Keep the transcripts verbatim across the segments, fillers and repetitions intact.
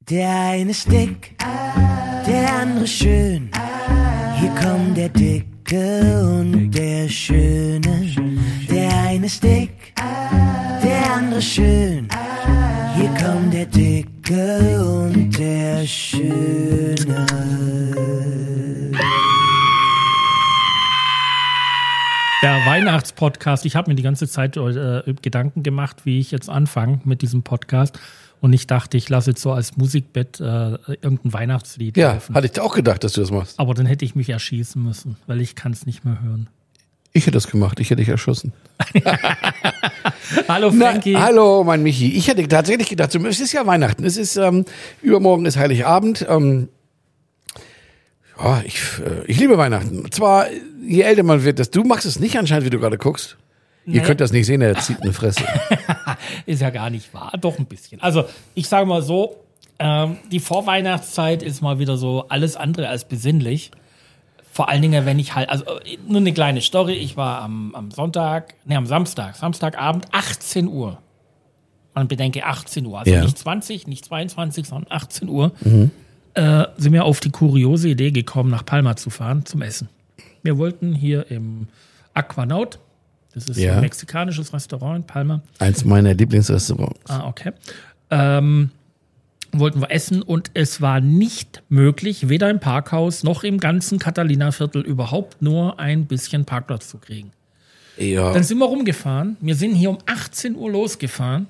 Der eine ist dick, der andere schön. Hier kommt der Dicke und der Schöne. Der eine ist dick, der andere schön. Hier kommt der Dicke und der Schöne. Der Weihnachtspodcast. Ich habe mir die ganze Zeit äh, Gedanken gemacht, wie ich jetzt anfange mit diesem Podcast. Und ich dachte, ich lasse jetzt so als Musikbett äh, irgendein Weihnachtslied Ja, laufen. hatte ich auch gedacht, dass du das machst. Aber dann hätte ich mich erschießen müssen, weil ich kann es nicht mehr hören. Ich hätte das gemacht, ich hätte dich erschossen. Hallo Frankie. Na, hallo, mein Michi. Ich hätte tatsächlich gedacht, es ist ja Weihnachten. Es ist, ähm, übermorgen ist Heiligabend. Ähm, ja, ich, äh, ich liebe Weihnachten. Zwar, je älter man wird, das, du machst es nicht anscheinend, wie du gerade guckst. Ihr Nee. könnt das nicht sehen, er zieht eine Fresse. Ist ja gar nicht wahr, doch ein bisschen. Also ich sage mal so, ähm, die Vorweihnachtszeit ist mal wieder so alles andere als besinnlich. Vor allen Dingen, wenn ich halt, also nur eine kleine Story, ich war am, am Sonntag, nee, am Samstag, Samstagabend, achtzehn Uhr. Man bedenke achtzehn Uhr, also Ja. nicht zwanzig, nicht zweiundzwanzig, sondern achtzehn Uhr, äh, sind wir auf die kuriose Idee gekommen, nach Palma zu fahren zum Essen. Wir wollten hier im Aquanaut, das ist Ja. ein mexikanisches Restaurant in Palma. Eins meiner Lieblingsrestaurants. Ah, okay. Ähm, wollten wir essen und es war nicht möglich, weder im Parkhaus noch im ganzen Catalina-Viertel überhaupt nur ein bisschen Parkplatz zu kriegen. Ja. Dann sind wir rumgefahren. Wir sind hier um achtzehn Uhr losgefahren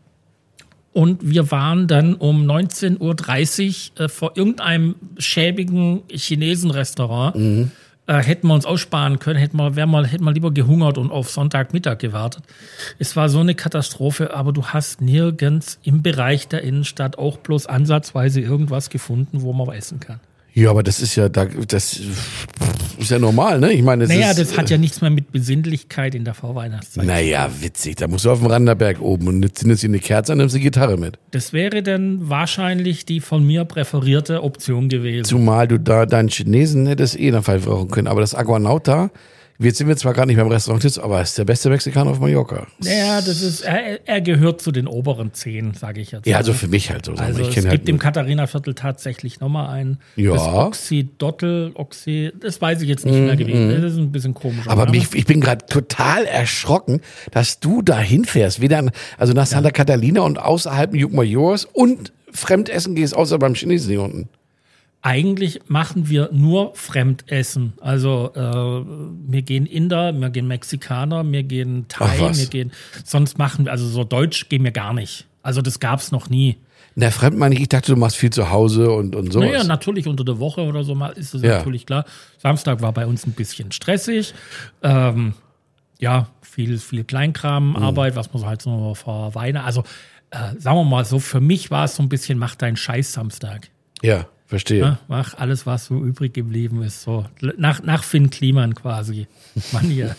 und wir waren dann um neunzehn Uhr dreißig äh, vor irgendeinem schäbigen Chinesen-Restaurant. Mhm. Äh, hätten wir uns aussparen können, hätten wir, wären wir, hätten wir lieber gehungert und auf Sonntagmittag gewartet. Es war so eine Katastrophe, aber du hast nirgends im Bereich der Innenstadt auch bloß ansatzweise irgendwas gefunden, wo man essen kann. Ja, aber das ist ja, da, das ist ja normal, ne? Ich meine, das Naja, ist, das hat ja nichts mehr mit Besinnlichkeit in der Vorweihnachtszeit. Naja, witzig. Da musst du auf dem Randerberg oben und jetzt zündest du eine Kerze und nimmst die Gitarre mit. Das wäre dann wahrscheinlich die von mir präferierte Option gewesen. Zumal du da deinen Chinesen hättest eh nach Pfeife rauchen können. Aber das Aguanauta, jetzt sind wir zwar gerade nicht beim Restaurant, aber es ist der beste Mexikaner auf Mallorca. Naja, das ist, er, er gehört zu den oberen zehn, sage ich jetzt. Ja, also für mich halt so. Sagen Also wir. Ich es kenn gibt halt im nur- Katharina-Viertel tatsächlich nochmal einen. Ja. Das Oxydottel, Oxy, das weiß ich jetzt nicht mehr gewesen. Das ist ein bisschen komisch. aber mich, ich bin gerade total erschrocken, dass du da hinfährst. Weder an, also nach Santa Catalina und außerhalb Juckmajors und Fremdessen gehst, außer beim Chinesen hier unten. Eigentlich machen wir nur Fremdessen. Also äh, wir gehen Inder, wir gehen Mexikaner, wir gehen Ach, Thai, was. wir gehen, sonst machen wir, also so Deutsch gehen wir gar nicht. Also das gab's noch nie. Na, fremd meine ich, ich dachte, du machst viel zu Hause und, und sowas. Naja, natürlich unter der Woche oder so mal ist es Ja. natürlich klar. Samstag war bei uns ein bisschen stressig. Ähm, ja, viel, viel Kleinkram, Arbeit, was man so halt so vor Weihnachten. Also äh, sagen wir mal so, für mich war es so ein bisschen, mach deinen Scheiß Samstag. Ja, verstehe. Ne? Mach alles, was so übrig geblieben ist. So nach, nach Finn Kliman quasi. Mann hier.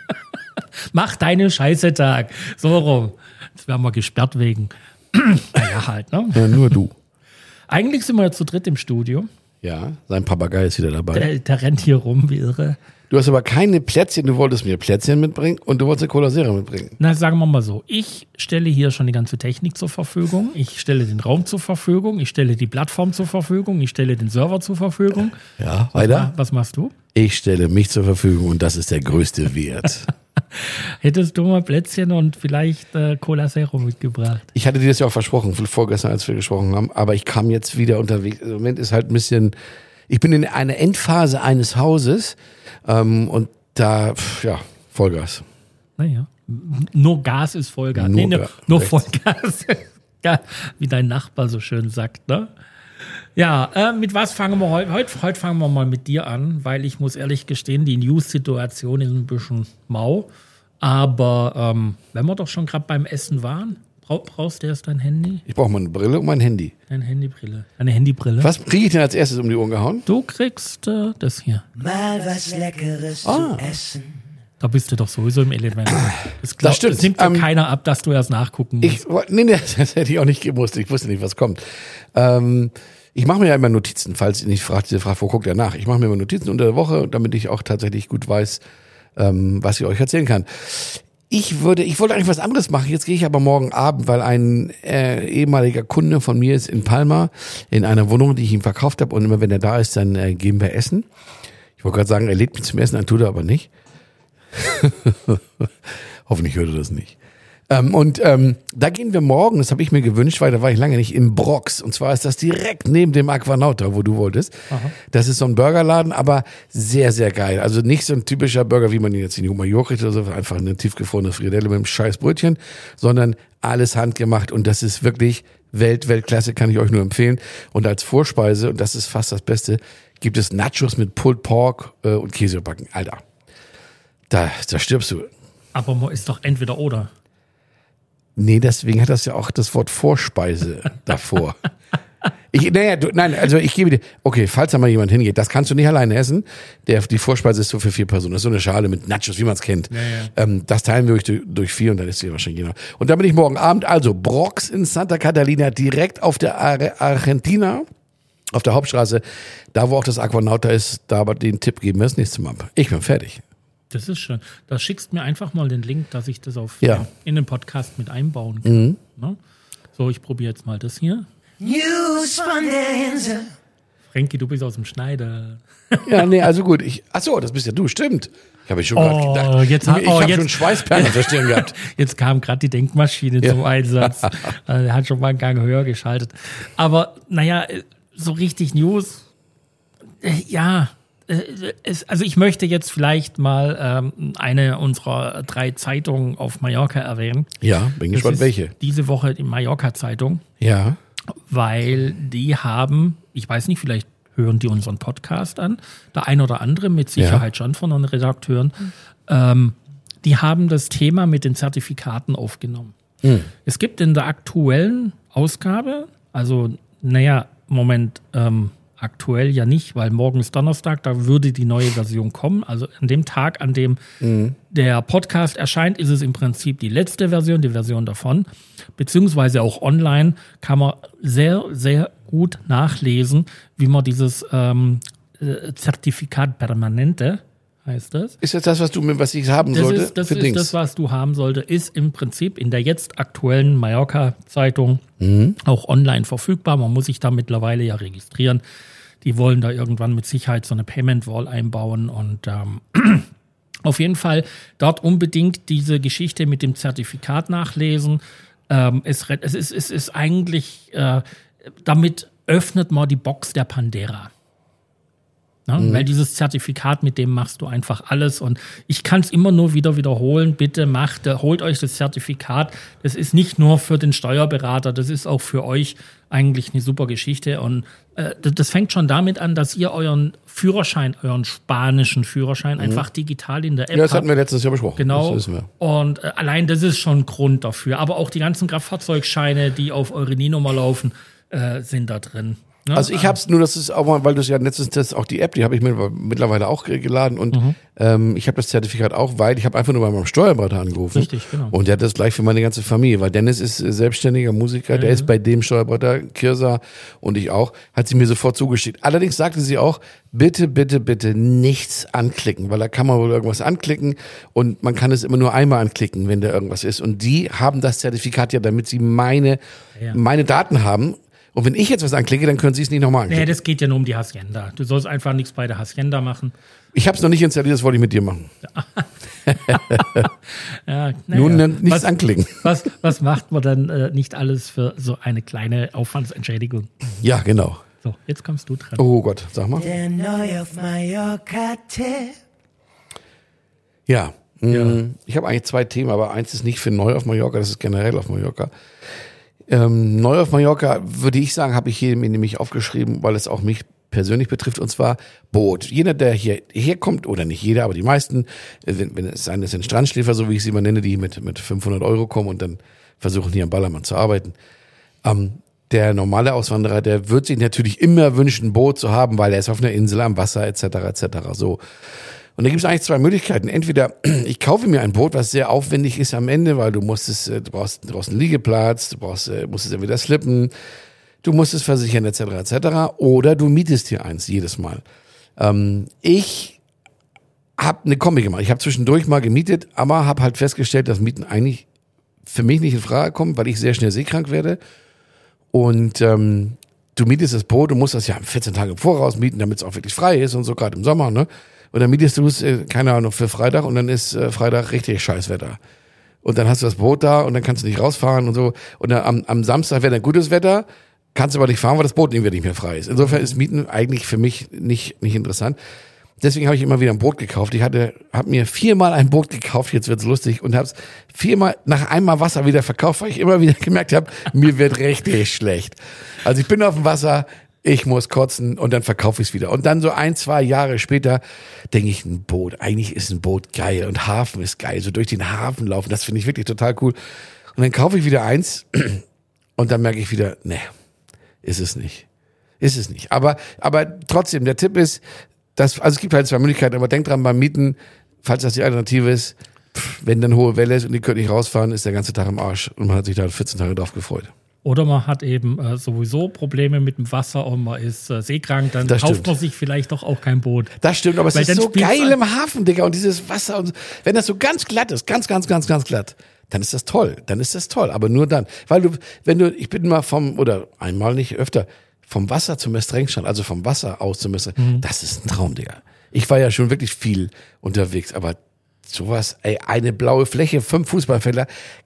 Mach deinen Scheiße Tag. So rum. Jetzt werden wir gesperrt wegen. Naja, halt, ne? Ja, nur du. Eigentlich sind wir ja zu dritt im Studio. Ja, sein Papagei ist wieder dabei. Der, der rennt hier rum wie irre. Du hast aber keine Plätzchen, du wolltest mir Plätzchen mitbringen und du wolltest eine Cola Zero mitbringen. Na, sagen wir mal so. Ich stelle hier schon die ganze Technik zur Verfügung. Ich stelle den Raum zur Verfügung. Ich stelle die Plattform zur Verfügung. Ich stelle den Server zur Verfügung. Ja, weiter? Was machst du? Ich stelle mich zur Verfügung und das ist der größte Wert. Hättest du mal Plätzchen und vielleicht äh, Cola Zero mitgebracht? Ich hatte dir das ja auch versprochen, vorgestern, als wir gesprochen haben, aber ich kam jetzt wieder unterwegs. Im Moment ist halt ein bisschen, ich bin in einer Endphase eines Hauses ähm, und da, pf, ja, Vollgas. Naja. Nur Gas ist Vollgas. Nur nee, nur, Ga- nur rechts. Vollgas. Ja, wie dein Nachbar so schön sagt, ne? Ja, äh, mit was fangen wir heute? Heute heute fangen wir mal mit dir an, weil ich muss ehrlich gestehen, die News-Situation ist ein bisschen mau. Aber ähm, wenn wir doch schon gerade beim Essen waren, brauch, brauchst du erst dein Handy? Ich brauche mal eine Brille und mein Handy. Deine Handybrille. Deine Handybrille. Was kriege ich denn als erstes um die Ohren gehauen? Du kriegst äh, das hier. Mal was Leckeres Ah. zu essen. Da bist du doch sowieso im Element. Das, glaub, Das stimmt. Das nimmt dir Ähm, keiner ab, dass du erst nachgucken musst. Ich, woll- nee, nee, das hätte ich auch nicht gewusst. Ich wusste nicht, was kommt. Ähm, ich mache mir ja immer Notizen, falls ihr nicht fragt, ihr fragt, wo guckt ihr nach? Ich mache mir immer Notizen unter der Woche, damit ich auch tatsächlich gut weiß, ähm, was ich euch erzählen kann. Ich würde, ich wollte eigentlich was anderes machen. Jetzt gehe ich aber morgen Abend, weil ein äh, ehemaliger Kunde von mir ist in Palma in einer Wohnung, die ich ihm verkauft habe. Und immer wenn er da ist, dann äh, gehen wir essen. Ich wollte gerade sagen, er lädt mich zum Essen, dann tut er aber nicht. Hoffentlich hört er das nicht. Ähm, und ähm, da gehen wir morgen, das habe ich mir gewünscht, weil da war ich lange nicht, im Brox. Und zwar ist das direkt neben dem Aquanauta, wo du wolltest. Aha. Das ist so ein Burgerladen, aber sehr, sehr geil. Also nicht so ein typischer Burger, wie man ihn jetzt in Humajor kriegt oder so, einfach eine tiefgefrorene Frikadelle mit einem scheiß Brötchen, sondern alles handgemacht. Und das ist wirklich Welt, Weltklasse, kann ich euch nur empfehlen. Und als Vorspeise, und das ist fast das Beste, gibt es Nachos mit Pulled Pork äh, und Käsebacken. Alter, da, da stirbst du. Aber man ist doch entweder oder. Nee, deswegen hat das ja auch das Wort Vorspeise davor. Ich, naja, du, nein, also ich gebe dir, okay, falls da mal jemand hingeht, das kannst du nicht alleine essen. Der, die Vorspeise ist so für vier Personen. Das ist so eine Schale mit Nachos, wie man es kennt. Ja, ja. Ähm, das teilen wir durch, durch vier und dann ist sie wahrscheinlich genau. Und dann bin ich morgen Abend, also Brox in Santa Catalina, direkt auf der Ar- Argentina, auf der Hauptstraße, da wo auch das Aquanauta ist, da aber den Tipp geben wir das nächste Mal. Ich bin fertig. Das ist schön. Da schickst mir einfach mal den Link, dass ich das auf Ja. in den Podcast mit einbauen kann. Mhm. Ne? So, ich probiere jetzt mal das hier. News von der Insel. Frankie, du bist aus dem Schneider. Ja, nee, also gut. Ich, ach so, das bist ja du, stimmt. Ich habe schon Oh, gerade gedacht. jetzt ich hat- oh, habe jetzt- schon Schweißperlen auf der Stirn gehabt. Jetzt kam gerade die Denkmaschine Ja. zum Einsatz. Also, er hat schon mal einen Gang höher geschaltet. Aber naja, so richtig News, äh, ja. äh, Es, also ich möchte jetzt vielleicht mal ähm, eine unserer drei Zeitungen auf Mallorca erwähnen. Ja, bin Das gespannt, ist welche. Diese Woche die Mallorca-Zeitung, Ja. weil die haben, ich weiß nicht, vielleicht hören die unseren Podcast an, der ein oder andere mit Sicherheit schon von den Redakteuren, ähm, die haben das Thema mit den Zertifikaten aufgenommen. Hm. Es gibt in der aktuellen Ausgabe, also naja, Moment, ähm, aktuell ja nicht, weil morgen ist Donnerstag, da würde die neue Version kommen. Also an dem Tag, an dem Mhm. der Podcast erscheint, ist es im Prinzip die letzte Version, die Version davon. Beziehungsweise auch online kann man sehr, sehr gut nachlesen, wie man dieses ähm, äh, Zertifikat Permanente, heißt das. Ist das das, was du mir, was ich haben Das sollte? ist, das, für ist Dings? das, was du haben sollte, ist im Prinzip in der jetzt aktuellen Mallorca-Zeitung Mhm. auch online verfügbar. Man muss sich da mittlerweile ja registrieren. Die wollen da irgendwann mit Sicherheit so eine Payment Wall einbauen und ähm, auf jeden Fall dort unbedingt diese Geschichte mit dem Zertifikat nachlesen. Ähm, es, es, ist, es ist eigentlich, äh, damit öffnet man die Box der Pandera. Ja, mhm. Weil dieses Zertifikat, mit dem machst du einfach alles. Und ich kann es immer nur wieder wiederholen. Bitte macht, holt euch das Zertifikat. Das ist nicht nur für den Steuerberater, das ist auch für euch eigentlich eine super Geschichte. Und äh, das fängt schon damit an, dass ihr euren Führerschein, euren spanischen Führerschein mhm. einfach digital in der App Ja, das habt. hatten wir letztes Jahr besprochen. Genau. Das wissen wir. Und äh, allein das ist schon ein Grund dafür. Aber auch die ganzen Kraftfahrzeugscheine, die auf eure NIE-Nummer laufen, äh, sind da drin. Ne? Also ich hab's nur, das ist auch mal, weil du es ja letztens das auch die App, die habe ich mir mittlerweile auch geladen und Mhm. ähm, ich habe das Zertifikat auch, weil ich habe einfach nur bei meinem Steuerberater angerufen. Richtig, genau. Und der hat das gleich für meine ganze Familie, weil Dennis ist äh, selbstständiger Musiker, der ist bei dem Steuerberater, Kirsa und ich auch, hat sie mir sofort zugeschickt. Allerdings sagte sie auch, bitte, bitte, bitte nichts anklicken, weil da kann man wohl irgendwas anklicken und man kann es immer nur einmal anklicken, wenn da irgendwas ist. Und die haben das Zertifikat ja, damit sie meine, Ja. meine Daten haben. Und wenn ich jetzt was anklicke, dann können sie es nicht nochmal anklicken. Nee, das geht ja nur um die Hacienda. Du sollst einfach nichts bei der Hacienda machen. Ich habe es noch nicht installiert, das wollte ich mit dir machen. Ja, Nun naja. äh, nichts was, anklicken. was, was macht man dann äh, nicht alles für so eine kleine Aufwandsentschädigung? Ja, genau. So, jetzt kommst du dran. Oh Gott, sag mal. Der neu auf Mallorca-Tipp. Ja, mh, ich habe eigentlich zwei Themen, aber eins ist nicht für neu auf Mallorca, das ist generell auf Mallorca. Ähm, neu auf Mallorca, würde ich sagen, habe ich hier mir nämlich aufgeschrieben, weil es auch mich persönlich betrifft, und zwar Boot. Jeder, der hier herkommt, oder nicht jeder, aber die meisten, wenn, wenn es sein, das sind Strandschläfer, so wie ich sie immer nenne, die mit, mit fünfhundert Euro kommen und dann versuchen hier am Ballermann zu arbeiten. Ähm, der normale Auswanderer, der wird sich natürlich immer wünschen, ein Boot zu haben, weil er ist auf einer Insel am Wasser, et cetera, et cetera. So. Und da gibt es eigentlich zwei Möglichkeiten. Entweder ich kaufe mir ein Boot, was sehr aufwendig ist am Ende, weil du musst es, du brauchst, du brauchst einen Liegeplatz, du brauchst, musst es entweder slippen, du musst es versichern, et cetera, et cetera. Oder du mietest dir eins jedes Mal. Ähm, ich habe eine Kombi gemacht. Ich habe zwischendurch mal gemietet, aber habe halt festgestellt, dass Mieten eigentlich für mich nicht in Frage kommen, weil ich sehr schnell seekrank werde. Und ähm, du mietest das Boot, du musst das ja vierzehn Tage im Voraus mieten, damit es auch wirklich frei ist und so, gerade im Sommer, ne? Und dann mietest du es, äh, keine Ahnung, für Freitag und dann ist äh, Freitag richtig Scheißwetter. Und dann hast du das Boot da und dann kannst du nicht rausfahren und so. Und dann am, am Samstag wäre dann gutes Wetter, kannst du aber nicht fahren, weil das Boot irgendwie nicht mehr frei ist. Insofern ist Mieten eigentlich für mich nicht, nicht interessant. Deswegen habe ich immer wieder ein Boot gekauft. Ich hatte, habe mir viermal ein Boot gekauft, jetzt wird's lustig, und habe es viermal nach einmal Wasser wieder verkauft, weil ich immer wieder gemerkt habe, mir wird richtig schlecht. Also ich bin auf dem Wasser, ich muss kotzen und dann verkaufe ich es wieder. Und dann so ein, zwei Jahre später denke ich, ein Boot, eigentlich ist ein Boot geil und Hafen ist geil. So durch den Hafen laufen, das finde ich wirklich total cool. Und dann kaufe ich wieder eins und dann merke ich wieder, ne, ist es nicht. Ist es nicht. Aber, aber trotzdem, der Tipp ist, dass, also es gibt halt zwei Möglichkeiten, aber denkt dran beim Mieten, falls das die Alternative ist, pff, wenn dann hohe Welle ist und ihr könnt nicht rausfahren, ist der ganze Tag im Arsch und man hat sich da vierzehn Tage drauf gefreut. Oder man hat eben äh, sowieso Probleme mit dem Wasser und man ist äh, seekrank, dann Das kauft stimmt. man sich vielleicht doch auch kein Boot. Das stimmt, aber es Weil ist dann so spielt's geil an- im Hafen, Digga, und dieses Wasser und so. Wenn das so ganz glatt ist, ganz, ganz, ganz, ganz glatt, dann ist das toll, dann ist das toll, aber nur dann. Weil du, wenn du, ich bin mal vom, oder einmal nicht, öfter, vom Wasser zum Estrenstrand, also vom Wasser aus zum Estrenstrand, Mhm. das ist ein Traum, Digga. Ich war ja schon wirklich viel unterwegs, aber sowas, ey, eine blaue Fläche, fünf Fußballfelder,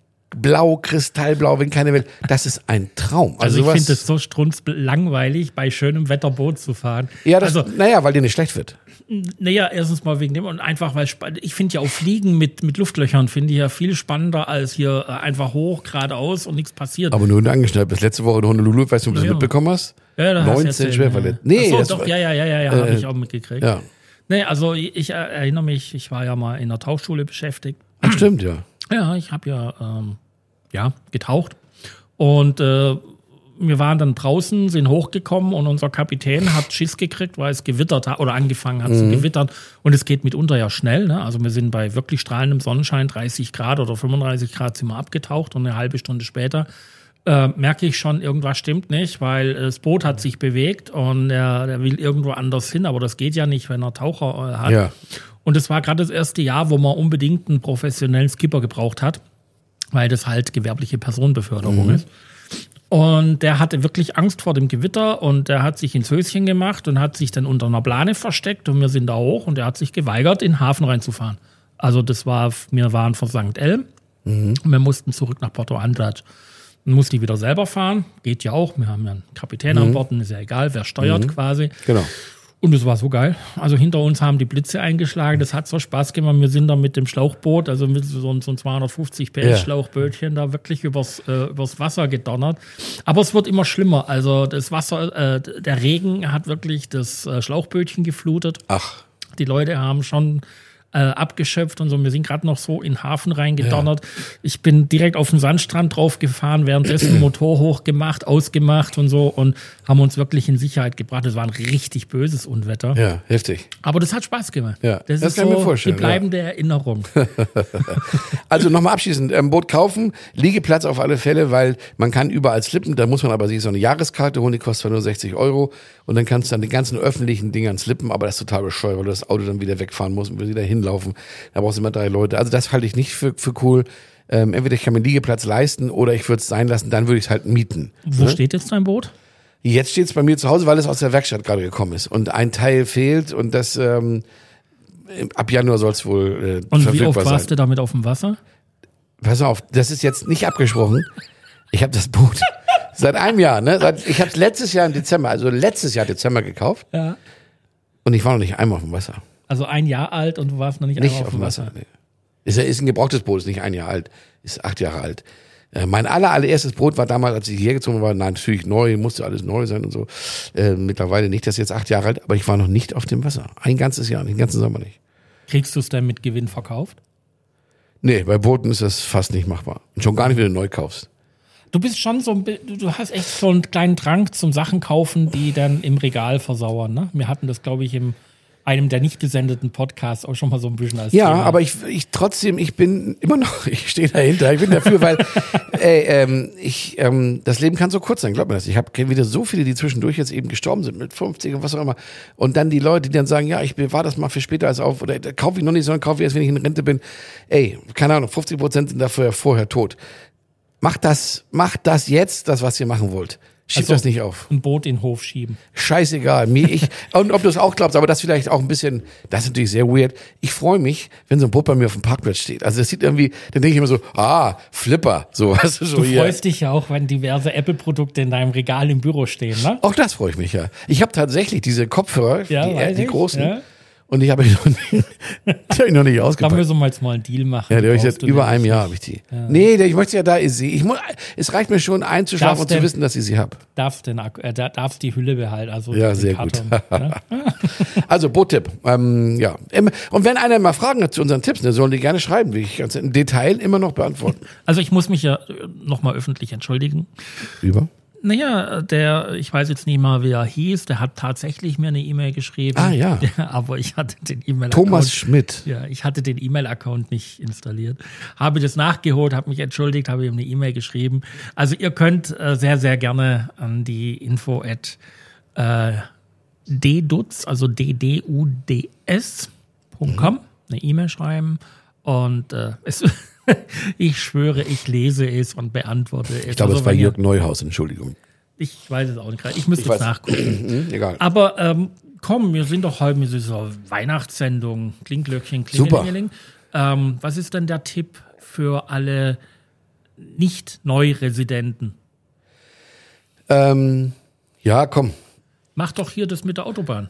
blau, kristallblau, wenn keine will, das ist ein Traum. Also, sowas- ich finde es so strunzlangweilig, bei schönem Wetter Boot zu fahren. Ja, das, also, naja, weil dir nicht schlecht wird. naja, erstens mal wegen dem und einfach, weil spa- ich finde ja auch Fliegen mit, mit Luftlöchern finde ich ja viel spannender als hier äh, einfach hoch, geradeaus und nichts passiert. Aber nur angeschnallt bis letzte Woche in Honolulu, weißt du, ob du das Ja. mitbekommen hast? Ja, da hast du neunzehn erzählt, schwer ja. verletzt. Nee, Ach so, das doch, war- ja, ja, ja, ja, ja, habe äh, ich auch mitgekriegt. Ja. Nee, also ich, ich erinnere mich, ich war ja mal in der Tauchschule beschäftigt. Ach, stimmt, ja. Ja, ich habe ja, ähm, ja getaucht und äh, wir waren dann draußen, sind hochgekommen und unser Kapitän hat Schiss gekriegt, weil es gewittert hat oder angefangen hat zu gewittern. Und es geht mitunter ja schnell. Ne? Also wir sind bei wirklich strahlendem Sonnenschein, dreißig Grad oder fünfunddreißig Grad sind wir abgetaucht und eine halbe Stunde später äh, merke ich schon, irgendwas stimmt nicht, weil das Boot hat sich bewegt und er, er will irgendwo anders hin, aber das geht ja nicht, wenn er Taucher äh, hat. Ja. Und es war gerade das erste Jahr, wo man unbedingt einen professionellen Skipper gebraucht hat, weil das halt gewerbliche Personenbeförderung ist. Und der hatte wirklich Angst vor dem Gewitter und der hat sich ins Höschen gemacht und hat sich dann unter einer Plane versteckt und wir sind da hoch und er hat sich geweigert, in den Hafen reinzufahren. Also das war, wir waren vor Sankt Elm und wir mussten zurück nach Porto Andratx. Dann musste ich wieder selber fahren, geht ja auch, wir haben ja einen Kapitän an Bord, und ist ja egal, wer steuert quasi. Genau. Und es war so geil. Also hinter uns haben die Blitze eingeschlagen. Das hat so Spaß gemacht. Wir sind da mit dem Schlauchboot, also mit so, ein- so ein zweihundertfünfzig P S Ja. Schlauchbötchen, da wirklich übers, äh, übers Wasser gedonnert. Aber es wird immer schlimmer. Also das Wasser, äh, der Regen hat wirklich das äh, Schlauchbötchen geflutet. Ach, Die Leute haben schon äh, abgeschöpft und so. Wir sind gerade noch so in den Hafen reingedonnert. Ich bin direkt auf den Sandstrand drauf gefahren, währenddessen Motor hochgemacht, ausgemacht und so und haben uns wirklich in Sicherheit gebracht. Es war ein richtig böses Unwetter. ja, heftig. Aber das hat Spaß gemacht. Ja, das, das ist kann ich mir so vorstellen, die bleibende Erinnerung. Also nochmal abschließend, ähm, Boot kaufen, Liegeplatz auf alle Fälle, weil man kann überall slippen, da muss man aber sich so eine Jahreskarte holen, die kostet zwar nur sechzig Euro und dann kannst du dann die ganzen öffentlichen Dingern slippen, aber das ist total bescheuert, weil du das Auto dann wieder wegfahren musst und wieder hinlaufen, da brauchst du immer drei Leute, also das halte ich nicht für, für cool. Ähm, entweder ich kann mir einen Liegeplatz leisten oder ich würde es sein lassen, dann würde ich es halt mieten. Wo Ne? steht jetzt dein Boot? Jetzt steht es bei mir zu Hause, weil es aus der Werkstatt gerade gekommen ist und ein Teil fehlt und das ähm, ab Januar soll es wohl äh, Und wie verfügbar oft sein. warst du damit auf dem Wasser? Pass auf, das ist jetzt nicht abgesprochen. Ich habe das Boot seit einem Jahr, ne? Seit, ich habe es letztes Jahr im Dezember, also letztes Jahr Dezember gekauft Ja. und ich war noch nicht einmal auf dem Wasser. Also ein Jahr alt und du warst noch nicht, Nicht einmal auf dem Wasser. Nee. Ist, ja- ist ein gebrauchtes Boot, ist nicht ein Jahr alt, ist acht Jahre alt. Äh, mein aller, allererstes Boot war damals, als ich hierher gezogen war, nein, natürlich neu, musste alles neu sein und so. Äh, mittlerweile nicht, das ist jetzt acht Jahre alt, aber ich war noch nicht auf dem Wasser. Ein ganzes Jahr, den ganzen Sommer nicht. Kriegst du es denn mit Gewinn verkauft? Nee, bei Booten ist das fast nicht machbar. Und schon gar nicht, wenn du neu kaufst. Du bist schon so ein bi- du du hast echt so einen kleinen Drang zum Sachen kaufen, die dann im Regal versauern, ne? Wir hatten das, glaube ich, im einem der nicht gesendeten Podcasts auch schon mal so ein bisschen als Ja, Thema. aber ich, ich trotzdem, ich bin immer noch, ich stehe dahinter, ich bin dafür, weil ey, ähm, ich, ähm, das Leben kann so kurz sein, glaub mir das. Ich habe kenne wieder so viele, die zwischendurch jetzt eben gestorben sind mit fünfzig und was auch immer. Und dann die Leute, die dann sagen, ja, ich bewahre das mal für später als auf, oder kaufe ich noch nicht, sondern kaufe ich erst, wenn ich in Rente bin. Ey, keine Ahnung, fünfzig Prozent sind dafür vorher tot. Macht das, macht das jetzt, das, was ihr machen wollt. Schiebt Also, das nicht auf. ein Boot in den Hof schieben. Scheißegal. Mir, ich, und ob du es auch glaubst, aber das vielleicht auch ein bisschen, das ist natürlich sehr weird. Ich freue mich, wenn so ein Boot bei mir auf dem Parkplatz steht. Also das sieht irgendwie, dann denke ich immer so, ah, Flipper, so, weißt du, so Du hier. freust dich ja auch, wenn diverse Apple-Produkte in deinem Regal im Büro stehen, ne? Auch das freue ich mich ja. Ich habe tatsächlich diese Kopfhörer, Ja, die, äh, weiß die ich, großen, ja. und die habe ich noch nicht, die hab ich noch nicht Da ausgepackt. müssen wir jetzt mal einen Deal machen. Ja, die habe ich Brauchst seit du über nämlich einem Jahr nicht. habe ich die. Nee, der- ich möchte ja da, ich, ich muss, es reicht mir schon einzuschlafen Darfst und zu denn- wissen, dass ich sie habe. Darfst, den, Akku- äh, da- darfst die Hülle behalten. Also Ja, den sehr gut. Karton, ne? Also Boottipp. Ähm, ja. Im- Und wenn einer mal Fragen hat zu unseren Tipps, ne, sollen die gerne schreiben, will ich ganz im Detail immer noch beantworten. Also ich muss mich ja nochmal öffentlich entschuldigen. Über? Naja, der, ich weiß jetzt nicht mal, wie er hieß, der hat tatsächlich mir eine E-Mail geschrieben. Ah, ja. Der, aber ich hatte den E-Mail-Account. Thomas Schmidt. Ja, ich hatte den E-Mail-Account nicht installiert. Habe das nachgeholt, habe mich entschuldigt, habe ihm eine E-Mail geschrieben. Also ihr könnt äh, sehr, sehr gerne an die info at äh, ddutz, also d d u d s punkt com eine E-Mail schreiben. Und äh, es, ich schwöre, ich lese es und beantworte es. Ich glaube, Also es war wenn ihr- Jörg Neuhaus, Entschuldigung. Ich weiß es auch nicht gerade. Ich müsste Ich jetzt weiß. nachgucken. Hm, egal. Aber ähm, komm, wir sind doch heute mit dieser Weihnachtssendung. Klingglöckchen, Super. Klingelingeling. Ähm, was ist denn der Tipp für alle Nicht-Neuresidenten? Ähm, ja, komm. Mach doch hier das mit der Autobahn.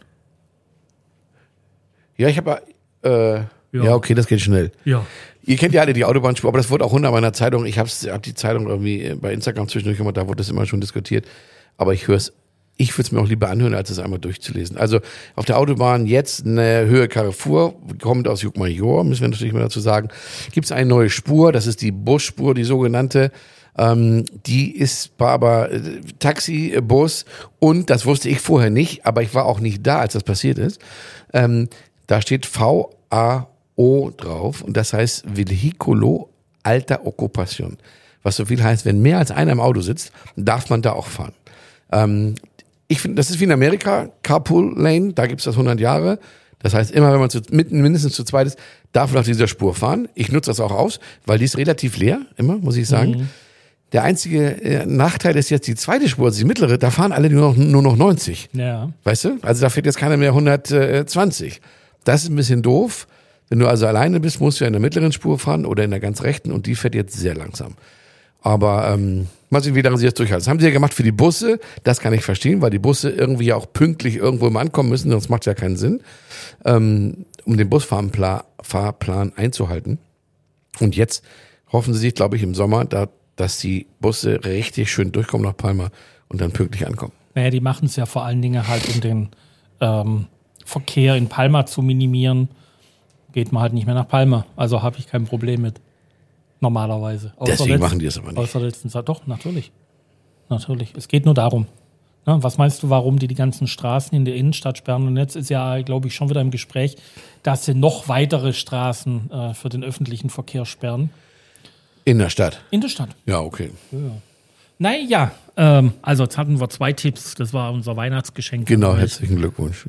Ja, ich habe, äh, ja. okay, das geht schnell. Ja. Ihr kennt ja alle die Autobahnspur, aber das wurde auch hundertmal in der Zeitung. Ich habe hab die Zeitung irgendwie bei Instagram zwischendurch gemacht, da wurde das immer schon diskutiert. Aber ich höre es, ich würde es mir auch lieber anhören, als es einmal durchzulesen. Also auf der Autobahn jetzt eine Höhe Carrefour, kommt aus Jungmajor, müssen wir natürlich mal dazu sagen, gibt es eine neue Spur, das ist die Busspur, die sogenannte. Ähm, die ist aber äh, Taxi, äh, Bus und, das wusste ich vorher nicht, aber ich war auch nicht da, als das passiert ist. Ähm, da steht V A O drauf und das heißt Vehiculo Alta Ocupación. Was so viel heißt, wenn mehr als einer im Auto sitzt, darf man da auch fahren. Ähm, ich finde, das ist wie in Amerika, Carpool Lane, da gibt's das hundert Jahre. Das heißt, immer wenn man zu, mitten, mindestens zu zweit ist, darf man auf dieser Spur fahren. Ich nutze das auch aus, weil die ist relativ leer, immer, muss ich sagen. Mhm. Der einzige äh, Nachteil ist jetzt die zweite Spur, also die mittlere, da fahren alle nur noch, nur noch neunzig. Ja. Weißt du? Also da fährt jetzt keiner mehr hundertzwanzig. Das ist ein bisschen doof. Wenn du also alleine bist, musst du ja in der mittleren Spur fahren oder in der ganz rechten und die fährt jetzt sehr langsam. Aber ähm, mal sehen, wie lange sie das durchhalten. Das haben sie ja gemacht für die Busse. Das kann ich verstehen, weil die Busse irgendwie ja auch pünktlich irgendwo immer ankommen müssen, sonst macht es ja keinen Sinn, ähm, um den Busfahrplan Fahrplan einzuhalten. Und jetzt hoffen sie sich, glaube ich, im Sommer, da, dass die Busse richtig schön durchkommen nach Palma und dann pünktlich ankommen. Naja, die machen es ja vor allen Dingen halt, um den ähm, Verkehr in Palma zu minimieren. Geht man halt nicht mehr nach Palma. Also habe ich kein Problem mit. Normalerweise. Außer Deswegen letzt- machen die es aber nicht. Außer letzten Zeit. Doch, natürlich. Natürlich. Es geht nur darum. Na, was meinst du, warum die die ganzen Straßen in der Innenstadt sperren? Und jetzt ist ja, glaube ich, schon wieder im Gespräch, dass sie noch weitere Straßen äh, für den öffentlichen Verkehr sperren. In der Stadt. In der Stadt. Ja, okay. Naja, ähm, also jetzt hatten wir zwei Tipps. Das war unser Weihnachtsgeschenk. Genau, an euch. herzlichen Glückwunsch.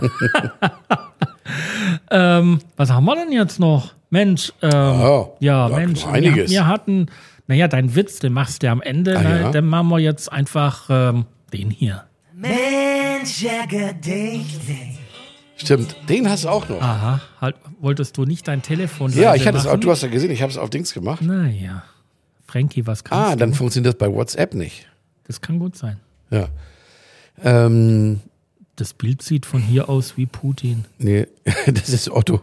Ähm, was haben wir denn jetzt noch? Mensch, ähm, Oh, ja, ja, Mensch, einiges. Wir, wir hatten, naja, deinen Witz, den machst du ja am Ende, Ah, ne? ja? Dann machen wir jetzt einfach ähm, den hier. Mensch, ärger dich nicht. Stimmt, den hast du auch noch. Aha, halt, wolltest du nicht dein Telefon ja, leise ich hatte es auch, machen? du hast ja gesehen, ich habe es auf Dings gemacht. Naja, Frankie, was kannst Ah, du? dann funktioniert das bei WhatsApp nicht. Das kann gut sein. Ja. Ähm, Das Bild sieht von hier aus wie Putin. nee, das ist Otto.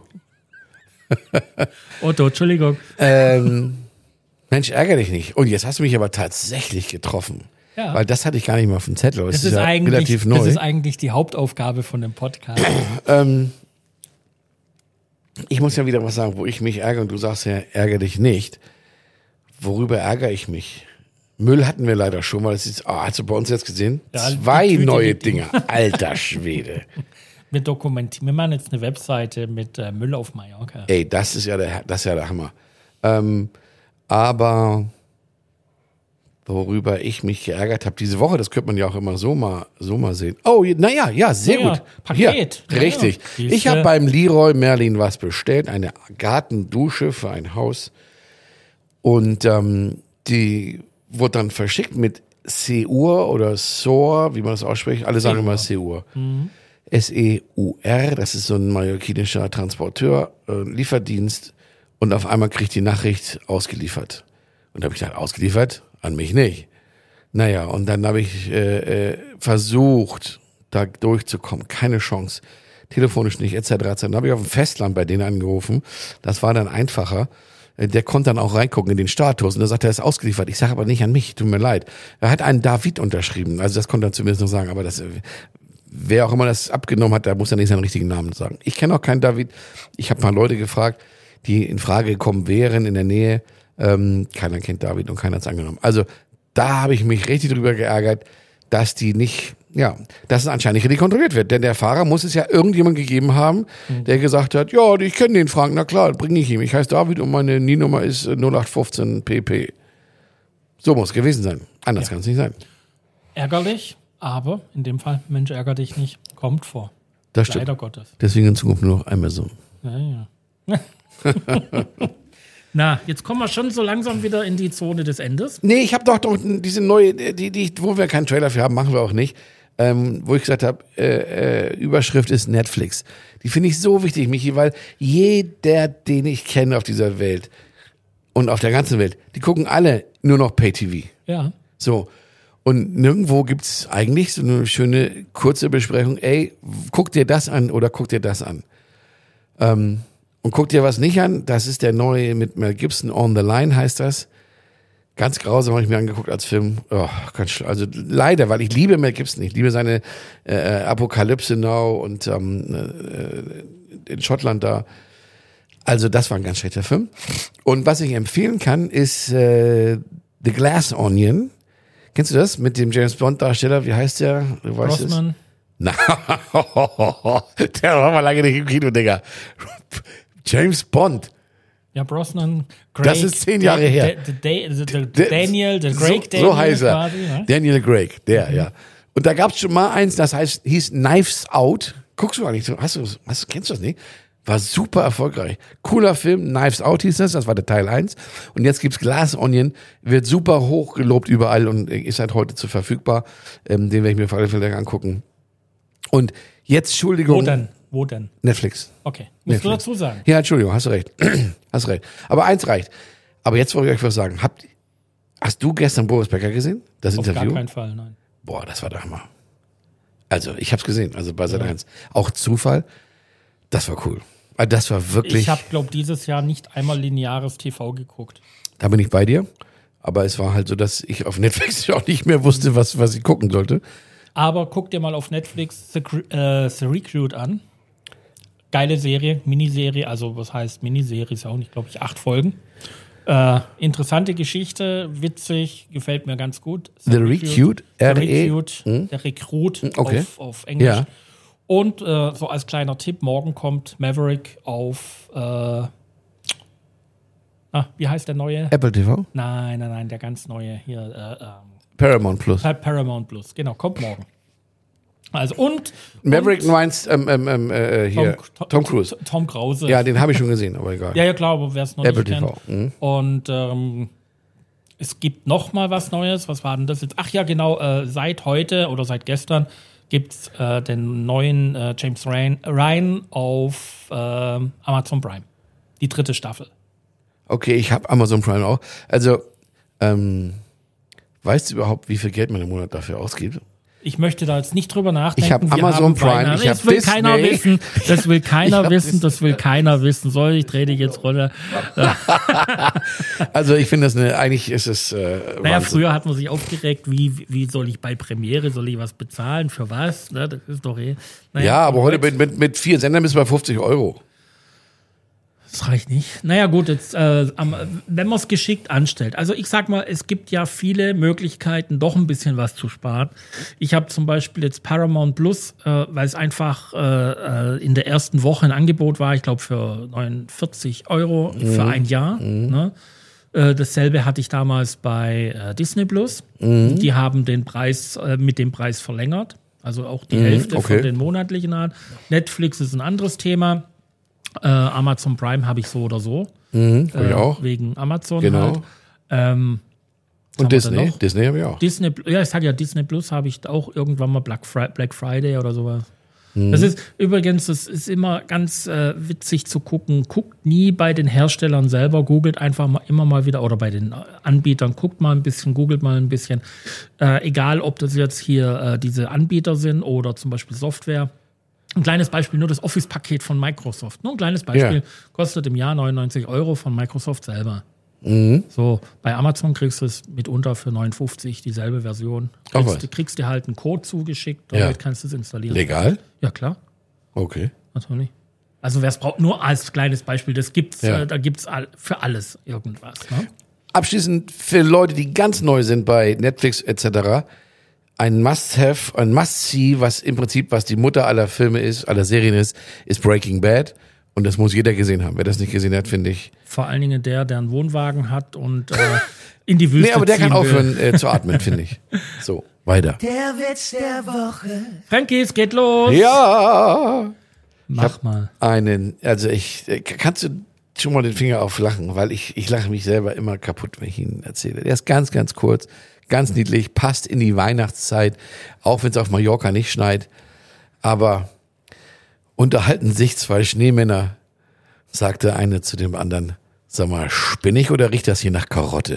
Otto, Entschuldigung. Ähm, Mensch, ärgere dich nicht. Und jetzt hast du mich aber tatsächlich getroffen. Ja. Weil das hatte ich gar nicht mal auf dem Zettel. Das, Das ist, ist, ja eigentlich, relativ neu. das ist eigentlich die Hauptaufgabe von dem Podcast. ähm, ich muss ja wieder was sagen, wo ich mich ärgere und du sagst ja, ärgere dich nicht. Worüber ärgere ich mich? Müll hatten wir leider schon mal. Das ist, oh, hast du bei uns jetzt gesehen? Ja, die Zwei Tüte neue liegt Dinger. Alter Schwede. Wir dokumentieren, wir machen jetzt eine Webseite mit äh, Müll auf Mallorca. Ey, das ist ja der, das ist ja der Hammer. Ähm, aber worüber ich mich geärgert habe diese Woche, das könnte man ja auch immer so mal, so mal sehen. Oh, naja, ja, sehr Ja, gut. Paket. Ja, richtig. Ja, ich habe beim Leroy Merlin was bestellt, eine Gartendusche für ein Haus. Und ähm, die wurde dann verschickt mit Seur oder Seur, wie man das ausspricht. Alle sagen immer Seur. Mhm. S E U R, das ist so ein mallorquinischer Transporteur, äh, Lieferdienst. Und auf einmal kriege ich die Nachricht ausgeliefert. Und da habe ich gedacht, ausgeliefert? An mich nicht. Naja, und dann habe ich äh, äh, versucht, da durchzukommen. Keine Chance. Telefonisch nicht, et cetera et cetera. Dann habe ich auf dem Festland bei denen angerufen. Das war dann einfacher. Äh, Der konnte dann auch reingucken in den Status. Und da sagt er, er ist ausgeliefert. Ich sage aber nicht an mich, tut mir leid. Er hat einen David unterschrieben. Also das konnte er zumindest noch sagen. Aber das, äh, wer auch immer das abgenommen hat, da muss er nicht seinen richtigen Namen sagen. Ich kenne auch keinen David. Ich habe mal Leute gefragt, die in Frage gekommen wären in der Nähe. Ähm, keiner kennt David und keiner hat es angenommen. Also da habe ich mich richtig drüber geärgert, dass die nicht, ja, dass es anscheinend nicht richtig kontrolliert wird. Denn der Fahrer muss es ja irgendjemand gegeben haben, mhm. der gesagt hat, ja, ich kenne den Frank, na klar, bringe ich ihm. Ich heiße David und meine N I N-Nummer ist null acht fünfzehn P P. So muss es gewesen sein. Anders ja. kann es nicht sein. Ärgerlich, aber in dem Fall, Mensch, ärger dich nicht, kommt vor. Das stimmt. Leider Gottes. Deswegen in Zukunft nur noch Amazon. Ja, ja. Na, jetzt kommen wir schon so langsam wieder in die Zone des Endes. Nee, ich habe doch, doch diese neue, die, die, wo wir keinen Trailer für haben, machen wir auch nicht. Ähm, wo ich gesagt habe, äh, äh, Überschrift ist Netflix. Die finde ich so wichtig, Michi, weil jeder, den ich kenne auf dieser Welt und auf der ganzen Welt, die gucken alle nur noch Pay-T V. Ja. So. Und nirgendwo gibt's eigentlich so eine schöne, kurze Besprechung, ey, guck dir das an oder guck dir das an. Ähm, Und guck dir was nicht an, das ist der neue mit Mel Gibson, On the Line heißt das. Ganz grausam habe ich mir angeguckt als Film. Oh, ganz schlimm. Also leider, weil ich liebe Mel Gibson. Ich liebe seine äh, Apokalypse Now und ähm, äh, in Schottland da. Also das war ein ganz schlechter Film. Und was ich empfehlen kann, ist äh, The Glass Onion. Kennst du das? Mit dem James Bond Darsteller, wie heißt der? Du weißt Brosnan. Es? Na, der war mal lange nicht im Kino, Digga. James Bond. Ja, Brosnan, Craig. Das ist zehn Jahre her. D- D- D- D- D- Daniel, der Craig so, Daniel so heißt er. quasi. Ne? Daniel Craig, der, Mhm. ja. Und da gab's schon mal eins, das heißt, hieß Knives Out. Guckst du eigentlich, hast du, hast, kennst du das nicht? War super erfolgreich. Cooler Film, Knives Out hieß das, das war der Teil eins. Und jetzt gibt's Glass Onion, wird super hoch gelobt überall und ist halt heute zu verfügbar. Ähm, den werde ich mir auf alle Fälle angucken. Und jetzt, Entschuldigung. Wo denn? Wo denn? Netflix. Okay, musst Netflix. du dazu sagen. Ja, Entschuldigung, hast du recht. hast recht. Aber eins reicht. Aber jetzt wollte ich euch was sagen. Habt, hast du gestern Boris Becker gesehen? Das Auf Interview? gar keinen Fall, nein. Boah, das war der Hammer. Also, ich hab's gesehen, also bei Sat eins. Auch Zufall. Das war cool. Also das war wirklich. Ich habe, glaube dieses Jahr nicht einmal lineares T V geguckt. Da bin ich bei dir. Aber es war halt so, dass ich auf Netflix auch nicht mehr wusste, was, was ich gucken sollte. Aber guck dir mal auf Netflix The, äh, The Recruit an. Geile Serie, Miniserie, also was heißt Miniserie, ist ja auch nicht, glaube ich, acht Folgen. Äh, interessante Geschichte, witzig, gefällt mir ganz gut. The Recruit, R E The Recruit, hm? der Rekrut Okay. auf, auf Englisch. Ja. Und äh, so als kleiner Tipp, morgen kommt Maverick auf, äh, ah, wie heißt der neue? Apple T V? Nein, nein, nein, der ganz neue hier, äh, ähm, Paramount Plus. Paramount Plus, genau, kommt morgen. Also und Maverick und meinst ähm, ähm, ähm, äh, hier, Tom, Tom Cruise. Tom Krause. Ja, den habe ich schon gesehen, aber egal. Ja, ja, klar, aber wer es noch Apple nicht T V. kennt. Mhm. Und ähm, es gibt noch mal was Neues. Was war denn das jetzt? Ach ja, genau, äh, seit heute oder seit gestern gibt's äh, den neuen äh, James Ryan, Ryan auf äh, Amazon Prime. Die dritte Staffel. Okay, ich habe Amazon Prime auch. Also, ähm, weißt du überhaupt, wie viel Geld man im Monat dafür ausgibt? Ich möchte da jetzt nicht drüber nachdenken. Ich habe Wir Amazon haben Prime, Weihnachten. ich habe Das will Disney. keiner wissen. Das will Ich keiner hab wissen. Das will Disney. keiner wissen. Soll ich drehe dich jetzt runter? Also ich finde das eine, eigentlich ist es äh, Naja, Wahnsinn. früher hat man sich aufgeregt, wie, wie soll ich bei Premiere, soll ich was bezahlen, für was? Ne, das ist doch eh. Naja, Ja, aber heute jetzt- mit, mit, mit vier Sendern bist du bei fünfzig Euro. Das reicht nicht. Naja gut, jetzt, äh, am, wenn man es geschickt anstellt. Also ich sag mal, es gibt ja viele Möglichkeiten, doch ein bisschen was zu sparen. Ich habe zum Beispiel jetzt Paramount Plus, äh, weil es einfach äh, in der ersten Woche ein Angebot war, ich glaube für neunundvierzig Euro mhm. für ein Jahr. Mhm. Ne? Äh, dasselbe hatte ich damals bei äh, Disney Plus. Mhm. Die haben den Preis äh, mit dem Preis verlängert. Also auch die mhm, Hälfte okay. von den monatlichen hat. Netflix ist ein anderes Thema. Äh, Amazon Prime habe ich so oder so. Mhm, äh, ich auch. Wegen Amazon genau. halt. Ähm, Und Disney? Disney habe ich auch. Disney, ja, ich sage ja, Disney Plus habe ich auch irgendwann mal Black, Fri- Black Friday oder sowas. Mhm. Das ist übrigens, das ist immer ganz äh, witzig zu gucken. Guckt nie bei den Herstellern selber, googelt einfach mal immer mal wieder, oder bei den Anbietern, guckt mal ein bisschen, googelt mal ein bisschen. Äh, egal, ob das jetzt hier äh, diese Anbieter sind oder zum Beispiel Software. Ein kleines Beispiel, nur das Office-Paket von Microsoft. Nur ein kleines Beispiel, ja. Kostet im Jahr neunundneunzig Euro von Microsoft selber. Mhm. So, bei Amazon kriegst du es mitunter für neunundfünfzig, dieselbe Version. Kriegst, du kriegst dir halt einen Code zugeschickt, damit ja. kannst du es installieren. Legal? Ja, klar. Okay. Natürlich. Also wer es braucht, nur als kleines Beispiel, das gibt's, ja. äh, da gibt es all, für alles irgendwas. Ne? Abschließend für Leute, die ganz neu sind bei Netflix et cetera, ein Must-Have, ein Must-See, was im Prinzip, was die Mutter aller Filme ist, aller Serien ist, ist Breaking Bad. Und das muss jeder gesehen haben. Wer das nicht gesehen hat, finde ich. Vor allen Dingen der, der einen Wohnwagen hat und äh, in die Wüste Nee, aber der kann will. aufhören äh, zu atmen, finde ich. So, weiter. Der Witz der Woche. Frankie, es geht los. Ja. Mach mal. Einen, also ich, kannst du schon mal den Finger auflachen, weil ich, ich lache mich selber immer kaputt, wenn ich ihn erzähle. Der ist ganz, ganz kurz. Ganz niedlich, passt in die Weihnachtszeit, auch wenn es auf Mallorca nicht schneit. Aber unterhalten sich zwei Schneemänner, sagte eine zu dem anderen, sag mal, spinne ich oder riecht das hier nach Karotte?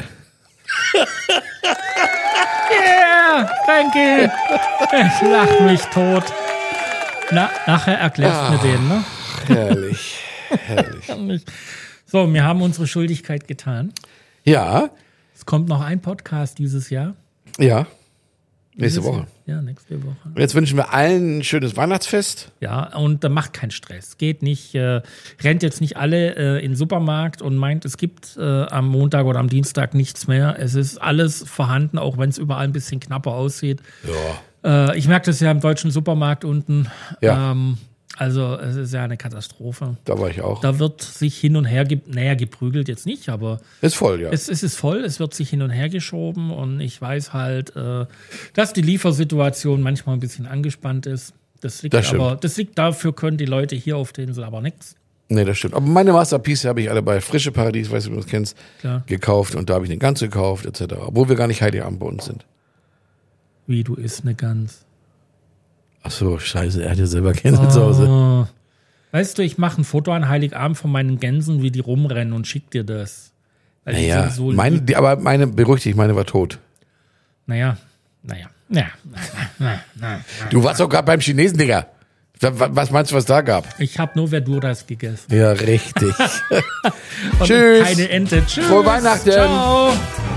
Yeah, Frankie, ich lach mich tot. Na, nachher erklärst du ah, mir den, ne? Herrlich, herrlich. So, wir haben unsere Schuldigkeit getan. Ja. Es kommt noch ein Podcast dieses Jahr. Ja, nächste Woche. Jahr. Ja, nächste Woche. Und jetzt wünschen wir allen ein schönes Weihnachtsfest. Ja, und äh, macht keinen Stress. Geht nicht, äh, rennt jetzt nicht alle äh, in den Supermarkt und meint, es gibt äh, am Montag oder am Dienstag nichts mehr. Es ist alles vorhanden, auch wenn es überall ein bisschen knapper aussieht. Ja. Äh, ich merke das ja im deutschen Supermarkt unten. Ja. Ähm, also es ist ja eine Katastrophe. Da war ich auch. Da wird sich hin und her, ge- naja, geprügelt jetzt nicht, aber ist voll, ja. Es, es ist voll, es wird sich hin und her geschoben und ich weiß halt, äh, dass die Liefersituation manchmal ein bisschen angespannt ist. Das liegt Das aber, stimmt. das liegt dafür können die Leute hier auf der Insel aber nichts. Nee, das stimmt. Aber meine Masterpiece habe ich alle bei Frische Paradies, weißt du, wie du das kennst, Klar. gekauft und da habe ich eine Gans gekauft, et cetera. Obwohl wir gar nicht Heiligabend bei uns sind. Wie, du isst eine Gans? Ach so, scheiße, er hat ja selber Gänse zu Hause. Oh. Weißt du, ich mache ein Foto an Heiligabend von meinen Gänsen, wie die rumrennen und schick dir das. Weil die Naja, sind so meine, lieb. die, aber meine, beruhig dich, meine war tot. Naja, naja, naja, naja, naja. Du warst doch gerade beim Chinesen, Digga. Was meinst du, was da gab? Ich habe nur Verduras gegessen. Ja, richtig. Und Tschüss. keine Ente. Tschüss. Frohe Weihnachten. Ciao.